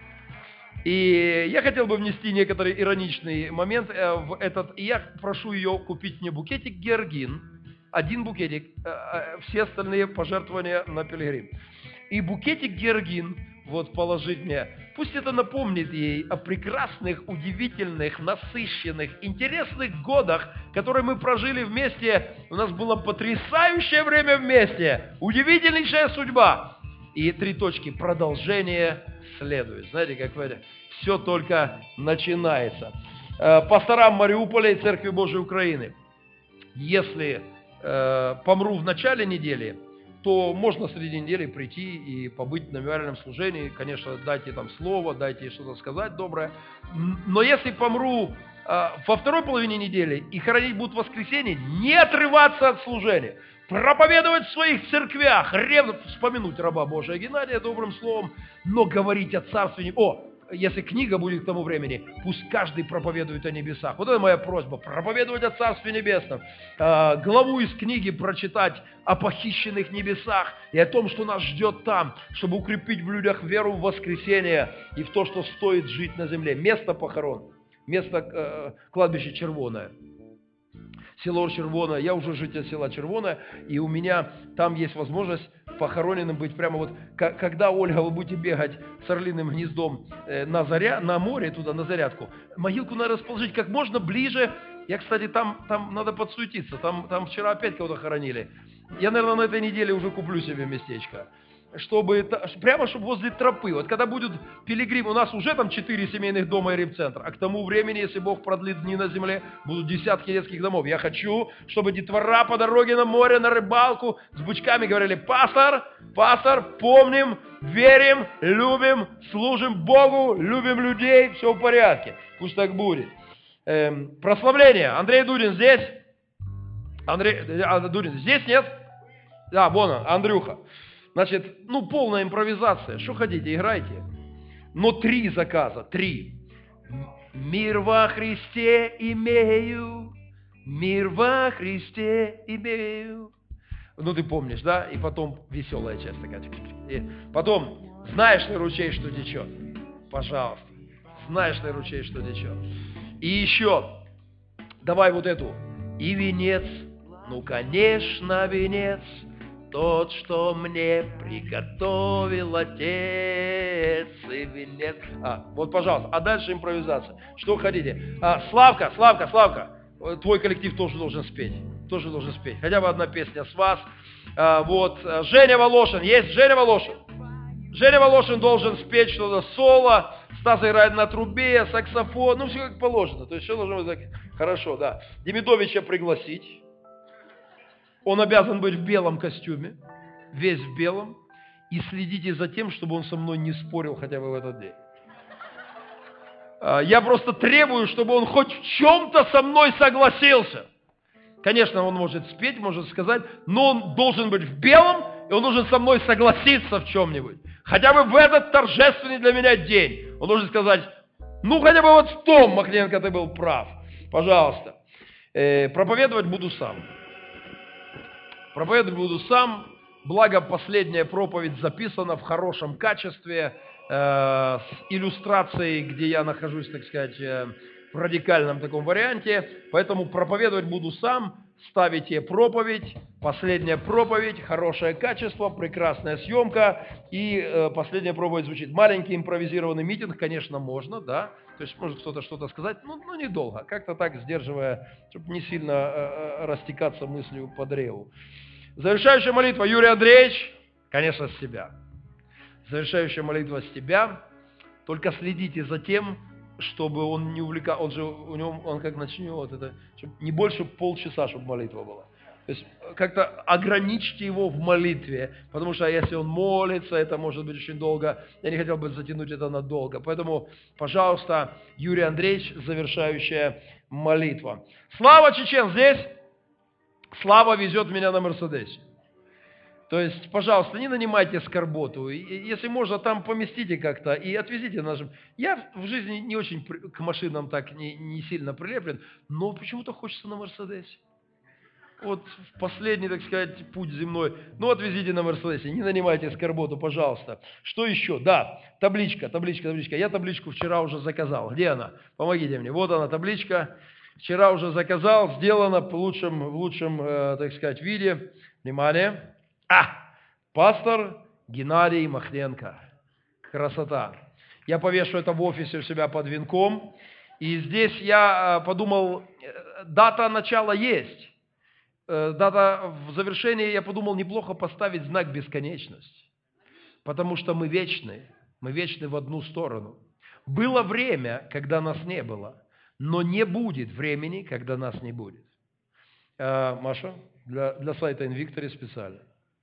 И я хотел бы внести некоторый ироничный момент в этот. И я прошу ее купить мне букетик георгин, один букетик, все остальные пожертвования на Пилигрим. И букетик георгин вот положить мне. Пусть это напомнит ей о прекрасных, удивительных, насыщенных, интересных годах, которые мы прожили вместе. У нас было потрясающее время вместе, удивительнейшая судьба. И три точки: продолжение следует. Знаете, как говорят, все только начинается. Пасторам Мариуполя и Церкви Божией Украины: если э, помру в начале недели, то можно среди недели прийти и побыть на мемориальном служении. Конечно, дайте там слово, дайте что-то сказать доброе. Но если помру э, во второй половине недели и хоронить будут в воскресенье, не отрываться от служения. Проповедовать в своих церквях, ревно вспомянуть раба Божия Геннадия добрым словом, но говорить о Царстве. О, если книга будет к тому времени, пусть каждый проповедует о небесах. Вот это моя просьба: проповедовать о Царстве Небесном. Э, главу из книги прочитать о похищенных небесах и о том, что нас ждет там, чтобы укрепить в людях веру в воскресение и в то, что стоит жить на земле. Место похорон, место э, кладбища Червоное. Село Червоное, я уже житель села Червоное, и у меня там есть возможность похороненным быть прямо вот, когда, Ольга, вы будете бегать с орлиным гнездом на, заря, на море туда, на зарядку, могилку надо расположить как можно ближе. Я, кстати, там, там надо подсуетиться, там, там вчера опять кого-то хоронили. Я, наверное, на этой неделе уже куплю себе местечко. чтобы, прямо чтобы возле тропы. Вот когда будут пилигримы, у нас уже там четыре семейных дома и репцентра, а к тому времени, если Бог продлит дни на земле, будут десятки детских домов. Я хочу, чтобы детвора по дороге на море, на рыбалку с бычками говорили: пастор, пастор, помним, верим, любим, служим Богу, любим людей, все в порядке. Пусть так будет. Эм, прославление. Андрей Дудин здесь? Андрей Дудин здесь, нет? Да, вон он, Андрюха. Значит, ну, полная импровизация. Что хотите, играйте. Но три заказа, три. Мир во Христе имею, мир во Христе имею. Ну, ты помнишь, да? И потом веселая часть такая. И потом, знаешь ли ручей, что течет? Пожалуйста. Знаешь ли ручей, что течет? И еще, давай вот эту. И венец, ну, конечно, венец, тот, что мне приготовил Отец, и венец. А, вот, пожалуйста, а дальше импровизация. Что хотите? А, Славка, Славка, Славка, твой коллектив тоже должен спеть. Тоже должен спеть. Хотя бы одна песня с вас. А, вот, Женя Волошин, есть Женя Волошин? Женя Волошин должен спеть что-то соло. Стас играет на трубе, саксофон, ну, все как положено. То есть, все должно быть хорошо, да. Демидовича пригласить. Он обязан быть в белом костюме, весь в белом, и следите за тем, чтобы он со мной не спорил хотя бы в этот день. Я просто требую, чтобы он хоть в чем-то со мной согласился. Конечно, он может спеть, может сказать, но он должен быть в белом, и он должен со мной согласиться в чем-нибудь. Хотя бы в этот торжественный для меня день. Он должен сказать: ну, хотя бы вот в том, Махненко, ты был прав. Пожалуйста. Э, проповедовать буду сам. Проповедовать буду сам, благо последняя проповедь записана в хорошем качестве, э, с иллюстрацией, где я нахожусь, так сказать, э, в радикальном таком варианте, поэтому проповедовать буду сам, ставите проповедь, последняя проповедь, хорошее качество, прекрасная съемка, и э, последняя проповедь звучит. Маленький импровизированный митинг, конечно, можно, да, то есть может кто-то что-то сказать, ну, ну недолго, как-то так сдерживая, чтобы не сильно э, растекаться мыслью по древу. Завершающая молитва, Юрий Андреевич, конечно, с тебя. Завершающая молитва с тебя, только следите за тем, чтобы он не увлекал, он же, у него, он как начнет, это, чтобы не больше полчаса, чтобы молитва была. То есть как-то ограничьте его в молитве, потому что если он молится, это может быть очень долго. Я не хотел бы затянуть это надолго. Поэтому, пожалуйста, Юрий Андреевич, завершающая молитва. Слава, Чечен, здесь? Слава везет меня на Мерседесе. То есть, пожалуйста, не нанимайте скорботу. Если можно, там поместите как-то и отвезите нашим. Я в жизни не очень к машинам так не, не сильно прилеплен, но почему-то хочется на Мерседесе. Вот в последний, так сказать, путь земной. Ну, отвезите на Мерседесе, не нанимайте скорботу, пожалуйста. Что еще? Да, табличка, табличка, табличка. Я табличку вчера уже заказал. Где она? Помогите мне. Вот она, табличка. Вчера уже заказал, сделано в лучшем, в лучшем э, так сказать, виде. Внимание. А! Пастор Геннадий Махненко. Красота. Я повешу это в офисе у себя под венком. И здесь я подумал, дата начала есть. Дата в завершении, я подумал, неплохо поставить знак бесконечности. Потому что мы вечны. Мы вечны в одну сторону. Было время, когда нас не было. Но не будет времени, когда нас не будет. А, Маша, для, для сайта Invictory специально.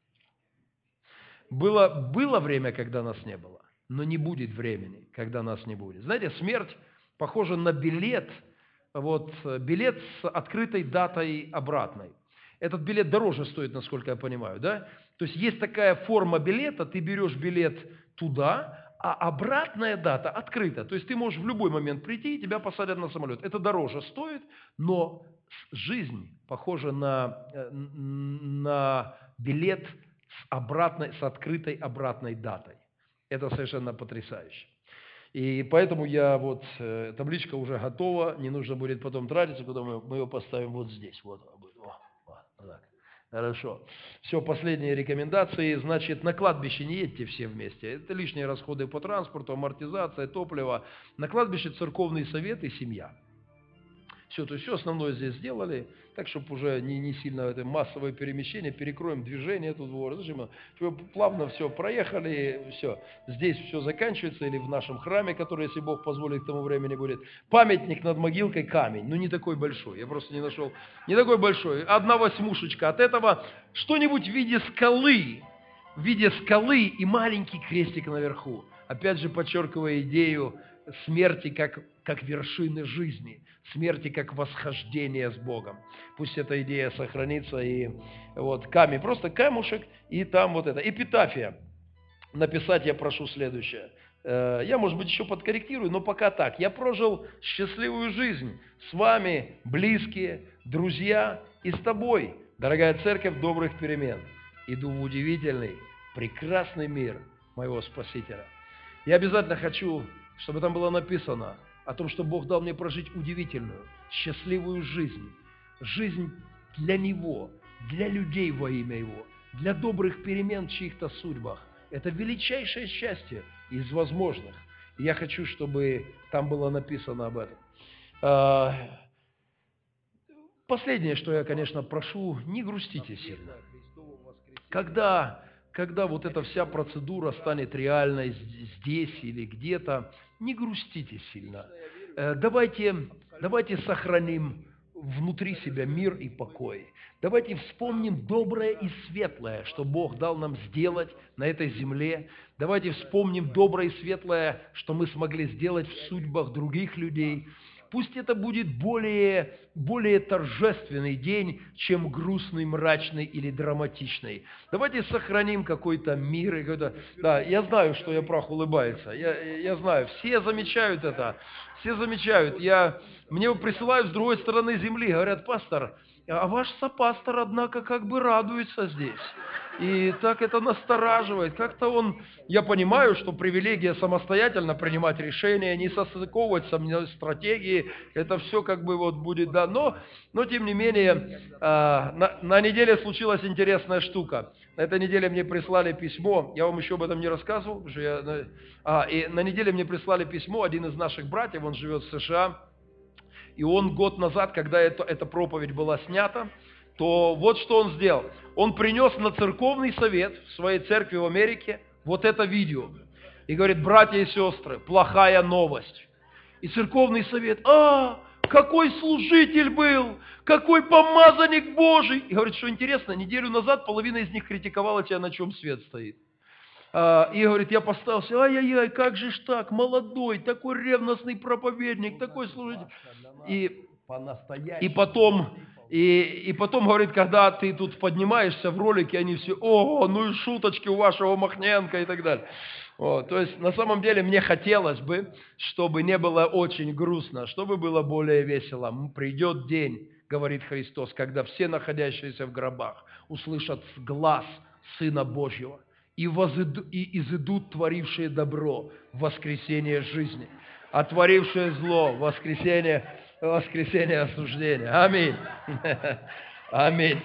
Было, было время, когда нас не было, но не будет времени, когда нас не будет. Знаете, смерть похожа на билет, вот, билет с открытой датой обратной. Этот билет дороже стоит, насколько я понимаю, да? То есть есть такая форма билета, ты берешь билет туда, а обратная дата открыта. То есть ты можешь в любой момент прийти, и тебя посадят на самолет. Это дороже стоит, но жизнь похожа на, на билет с, обратной, с открытой обратной датой. Это совершенно потрясающе. И поэтому я вот, табличка уже готова, не нужно будет потом тратиться, потом мы, мы ее поставим вот здесь. Вот, вот, вот так. Хорошо. Все, последние рекомендации. Значит, на кладбище не едьте все вместе. Это лишние расходы по транспорту, амортизация, топливо. На кладбище церковный совет и семья. Все, то есть все основное здесь сделали, так, чтобы уже не, не сильно это массовое перемещение, перекроем движение тут, вот, плавно все проехали, все. Здесь все заканчивается, или в нашем храме, который, если Бог позволит, к тому времени будет. Памятник над могилкой камень, ну не такой большой, я просто не нашел, не такой большой, одна восьмушечка от этого, что-нибудь в виде скалы, в виде скалы и маленький крестик наверху. Опять же, подчеркивая идею смерти как, как вершины жизни, смерти как восхождение с Богом. Пусть эта идея сохранится. И вот камень, просто камушек, и там вот это. Эпитафия. Написать я прошу следующее. Я, может быть, еще подкорректирую, но пока так. Я прожил счастливую жизнь с вами, близкие, друзья, и с тобой, дорогая церковь добрых перемен. Иду в удивительный, прекрасный мир моего Спасителя. Я обязательно хочу, чтобы там было написано о том, что Бог дал мне прожить удивительную, счастливую жизнь. Жизнь для Него, для людей во имя Его, для добрых перемен в чьих-то судьбах. Это величайшее счастье из возможных. И я хочу, чтобы там было написано об этом. Последнее, что я, конечно, прошу, не грустите сильно. Когда... Когда вот эта вся процедура станет реальной здесь или где-то, не грустите сильно. Давайте, давайте сохраним внутри себя мир и покой. Давайте вспомним доброе и светлое, что Бог дал нам сделать на этой земле. Давайте вспомним доброе и светлое, что мы смогли сделать в судьбах других людей. Пусть это будет более, более торжественный день, чем грустный, мрачный или драматичный. Давайте сохраним какой-то мир. И какой-то... Да, я знаю, что я прах улыбается. Я, я знаю, все замечают это. Все замечают. Я... Мне присылают с другой стороны земли. Говорят: пастор, а ваш сопастор, однако, как бы радуется здесь. И так это настораживает. Как-то он... Я понимаю, что привилегия самостоятельно принимать решения, не состыковывать стратегии, это все как бы вот будет, да. Но, но тем не менее, а, на, на неделе случилась интересная штука. На этой неделе мне прислали письмо, я вам еще об этом не рассказывал, потому что я... А, и на неделе мне прислали письмо, один из наших братьев, он живет в США, и он год назад, когда это, эта проповедь была снята, то вот что он сделал. Он принес на церковный совет в своей церкви в Америке вот это видео. И говорит: братья и сестры, плохая новость. И церковный совет: а, какой служитель был, какой помазанник Божий. И говорит, что интересно, неделю назад половина из них критиковала тебя, на чем свет стоит. И говорит, я поставился: ай-яй-яй, как же ж так, молодой, такой ревностный проповедник, такой служитель. И, и потом... И, и потом, говорит, когда ты тут поднимаешься в ролике, они все: о, ну и шуточки у вашего Махненко и так далее. Вот, то есть, на самом деле, мне хотелось бы, чтобы не было очень грустно, чтобы было более весело. Придет день, говорит Христос, когда все находящиеся в гробах услышат глас Сына Божьего и, возыду, и изыдут творившие добро в воскресение жизни, а творившие зло в воскресение воскресение осуждения. Аминь. Аминь.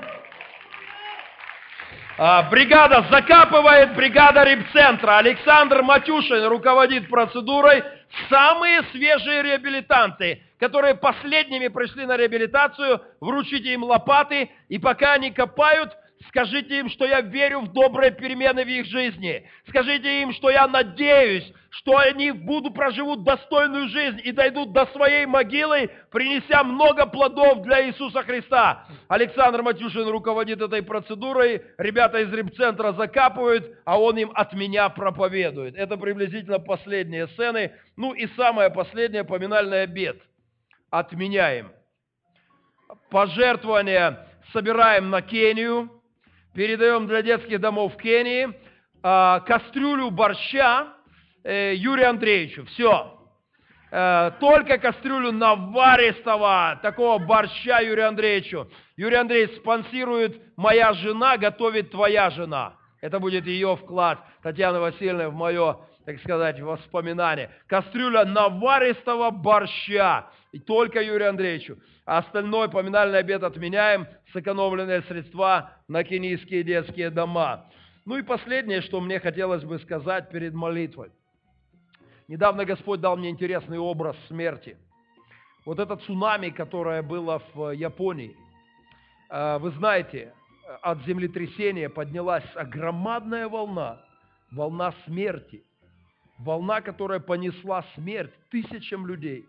А, бригада закапывает, бригада репцентра. Александр Матюшин руководит процедурой. Самые свежие реабилитанты, которые последними пришли на реабилитацию, вручите им лопаты, и пока они копают, скажите им, что я верю в добрые перемены в их жизни. Скажите им, что я надеюсь, что они будут, проживут достойную жизнь и дойдут до своей могилы, принеся много плодов для Иисуса Христа. Александр Матюшин руководит этой процедурой, ребята из репцентра закапывают, а он им от меня проповедует. Это приблизительно последние сцены. Ну и самое последнее, поминальный обед. Отменяем. Пожертвования собираем на Кению. Передаем для детских домов в Кении э, кастрюлю борща э, Юрию Андреевичу. Все. Э, только кастрюлю наваристого такого борща Юрию Андреевичу. Юрий Андреевич спонсирует «Моя жена, готовит твоя жена». Это будет ее вклад, Татьяны Васильевны, в мое, так сказать, воспоминание. Кастрюля наваристого борща. И только Юрию Андреевичу. А остальной поминальный обед отменяем, сэкономленные средства на кенийские детские дома. Ну и последнее, что мне хотелось бы сказать перед молитвой. Недавно Господь дал мне интересный образ смерти. вот это цунами, которое было в Японии, вы знаете, от землетрясения поднялась громадная волна, волна смерти, волна, которая понесла смерть тысячам людей,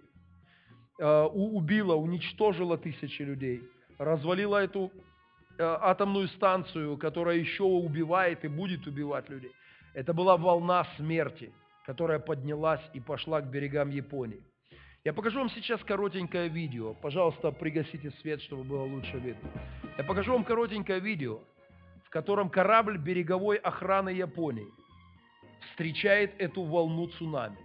убила, уничтожила тысячи людей, развалила эту атомную станцию, которая еще убивает и будет убивать людей. Это была волна смерти, которая поднялась и пошла к берегам Японии. Я покажу вам сейчас коротенькое видео. Пожалуйста, пригасите свет, чтобы было лучше видно. Я покажу вам коротенькое видео, в котором корабль береговой охраны Японии встречает эту волну цунами.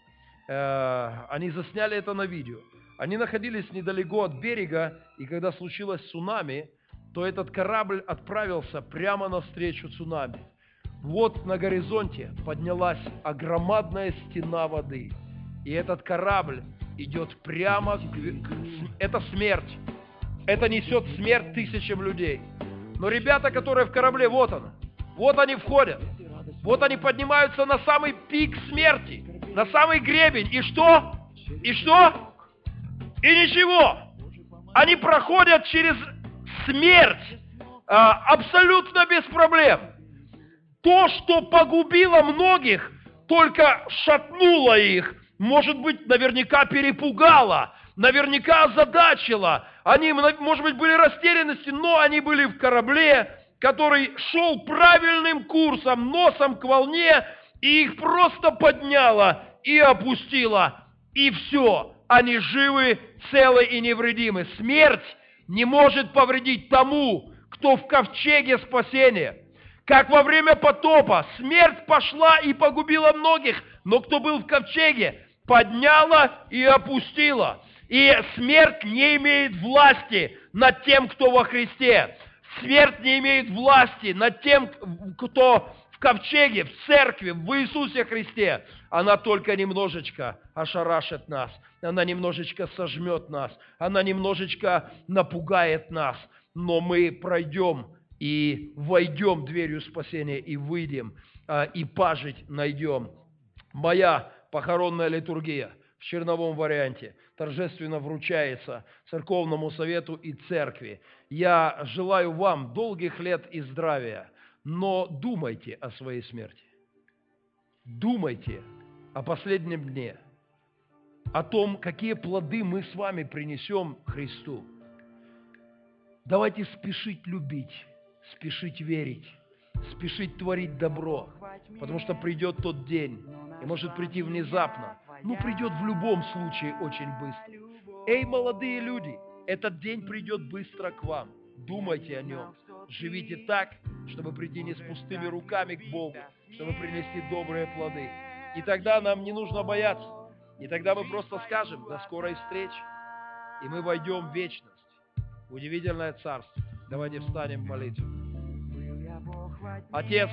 Они засняли это на видео. Они находились недалеко от берега, и когда случилось цунами, то этот корабль отправился прямо навстречу цунами. Вот на горизонте поднялась огромадная стена воды, и этот корабль идет прямо к... Это смерть. Это несет смерть тысячам людей. Но ребята, которые в корабле, вот он. Вот они входят. Вот они поднимаются на самый пик смерти, на самый гребень. И что? И что? И ничего. Они проходят через смерть а, абсолютно без проблем. То, что погубило многих, только шатнуло их. Может быть, наверняка перепугало, наверняка озадачило. Они, может быть, были растерянности, но они были в корабле, который шел правильным курсом, носом к волне, и их просто подняло и опустило. И все, они живы, целы и невредимы. Смерть не может повредить тому, кто в ковчеге спасения. Как во время потопа смерть пошла и погубила многих, но кто был в ковчеге, подняла и опустила. И смерть не имеет власти над тем, кто во Христе. Смерть не имеет власти над тем, кто в ковчеге, в церкви, в Иисусе Христе. Она только немножечко ошарашит нас. Она немножечко сожмет нас. Она немножечко напугает нас. Но мы пройдем и войдем дверью спасения, и выйдем, и пажить найдем. Моя похоронная литургия в черновом варианте торжественно вручается Церковному Совету и Церкви. Я желаю вам долгих лет и здравия, но думайте о своей смерти. Думайте о последнем дне, о том, какие плоды мы с вами принесем Христу. Давайте спешить любить, спешить верить, спешить творить добро, потому что придет тот день, и может прийти внезапно, но придет в любом случае очень быстро. Эй, молодые люди, этот день придет быстро к вам. Думайте о нем. Живите так, чтобы прийти не с пустыми руками к Богу, чтобы принести добрые плоды. И тогда нам не нужно бояться. И тогда мы просто скажем: до скорой встречи. И мы войдем в вечность, в удивительное царство. Давайте встанем в молитву. Отец,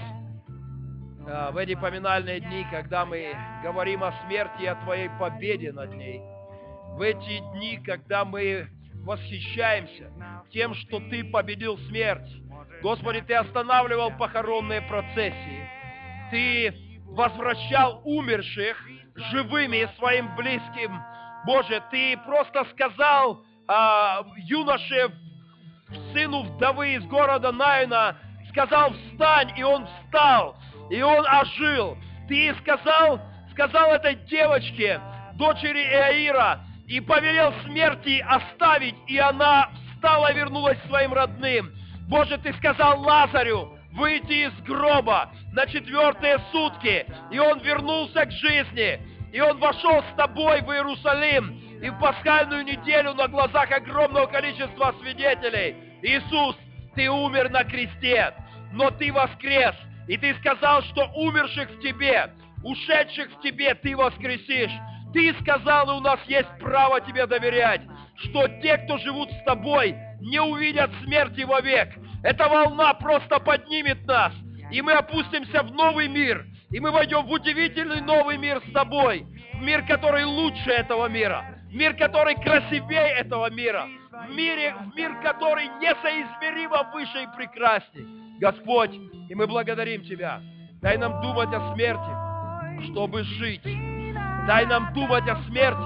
в эти поминальные дни, когда мы говорим о смерти и о Твоей победе над ней, в эти дни, когда мы восхищаемся тем, что Ты победил смерть, Господи, Ты останавливал похоронные процессии, Ты возвращал умерших живыми своим близким. Боже, Ты просто сказал а, юноше, сыну вдовы из города Наина, сказал: встань, и он встал, и он ожил. Ты сказал, сказал этой девочке, дочери Иаира, и повелел смерти оставить, и она встала и вернулась к своим родным. Боже, Ты сказал Лазарю выйти из гроба на четвертые сутки, и он вернулся к жизни, и он вошел с Тобой в Иерусалим, и в пасхальную неделю на глазах огромного количества свидетелей. Иисус, Ты умер на кресте, но Ты воскрес, и Ты сказал, что умерших в Тебе, ушедших в Тебе Ты воскресишь. Ты сказал, и у нас есть право Тебе доверять, что те, кто живут с Тобой, не увидят смерти вовек. Эта волна просто поднимет нас, и мы опустимся в новый мир, и мы войдем в удивительный новый мир с Тобой, в мир, который лучше этого мира, в мир, который красивее этого мира, в, мире, в мир, который несоизмеримо выше и прекрасней. Господь, и мы благодарим Тебя. Дай нам думать о смерти, чтобы жить. Дай нам думать о смерти,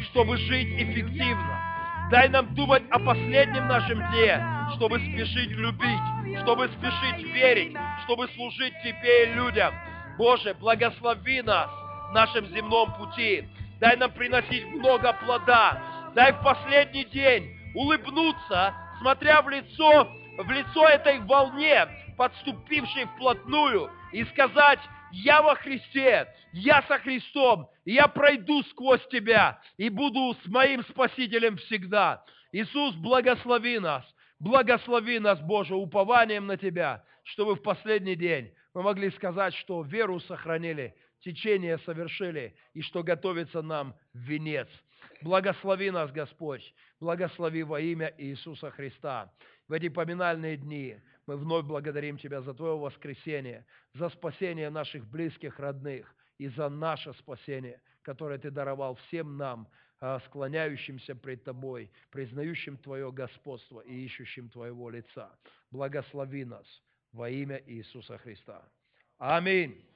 чтобы жить эффективно. Дай нам думать о последнем нашем дне, чтобы спешить любить, чтобы спешить верить, чтобы служить Тебе и людям. Боже, благослови нас в нашем земном пути. Дай нам приносить много плода. Дай в последний день улыбнуться, смотря в лицо, в лицо этой волне, подступившей вплотную, и сказать: я во Христе, я со Христом, и я пройду сквозь Тебя, и буду с моим Спасителем всегда. Иисус, благослови нас, благослови нас, Боже, упованием на Тебя, чтобы в последний день мы могли сказать, что веру сохранили, течение совершили, и что готовится нам венец. Благослови нас, Господь, благослови во имя Иисуса Христа. В эти поминальные дни мы вновь благодарим Тебя за Твое воскресение, за спасение наших близких, родных и за наше спасение, которое Ты даровал всем нам, склоняющимся пред Тобой, признающим Твое господство и ищущим Твоего лица. Благослови нас во имя Иисуса Христа. Аминь.